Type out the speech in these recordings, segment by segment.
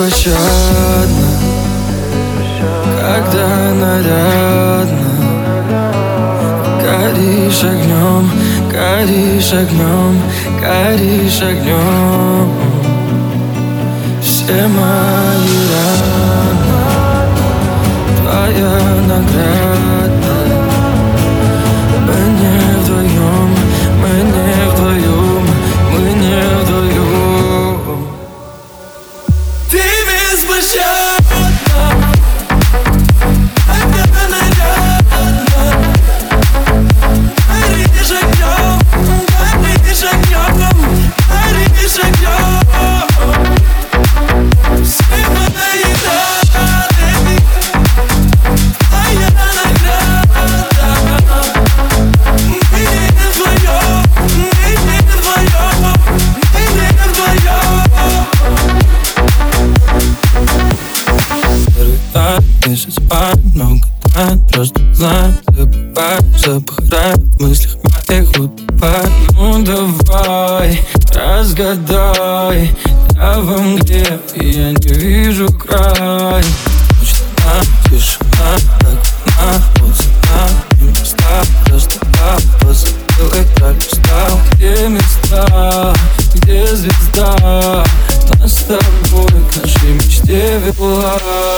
беспощадна, когда нарядно горишь огнем, горишь огнем, горишь огнем. Все мои раны твоя награда. Мы не вдвоем, мы не вдвоем, мы не вдвоем. Ты беспощадна, когда нарядно горишь огнем, горишь огнем, горишь огнем. Все мои раны твоя награда. Мы не вдвоем, мы не вдвоем, мы не вдвоем. Первый раз месяц спать, много тайн, просто знаю, забываю, запахаю в мыслях моих утопать. Ну давай, разгадай, я во мгле, и я не вижу край. Ночная тишина, так одна, вот цена, не пуста, просто папа забыл играть устал. Где места, где звезда нас с тобой к нашей мечте вела?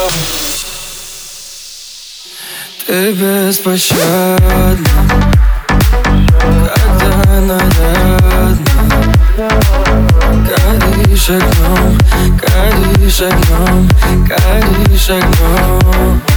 Ты беспощадна, когда нарядно горишь огнем, горишь огнем, горишь огнем.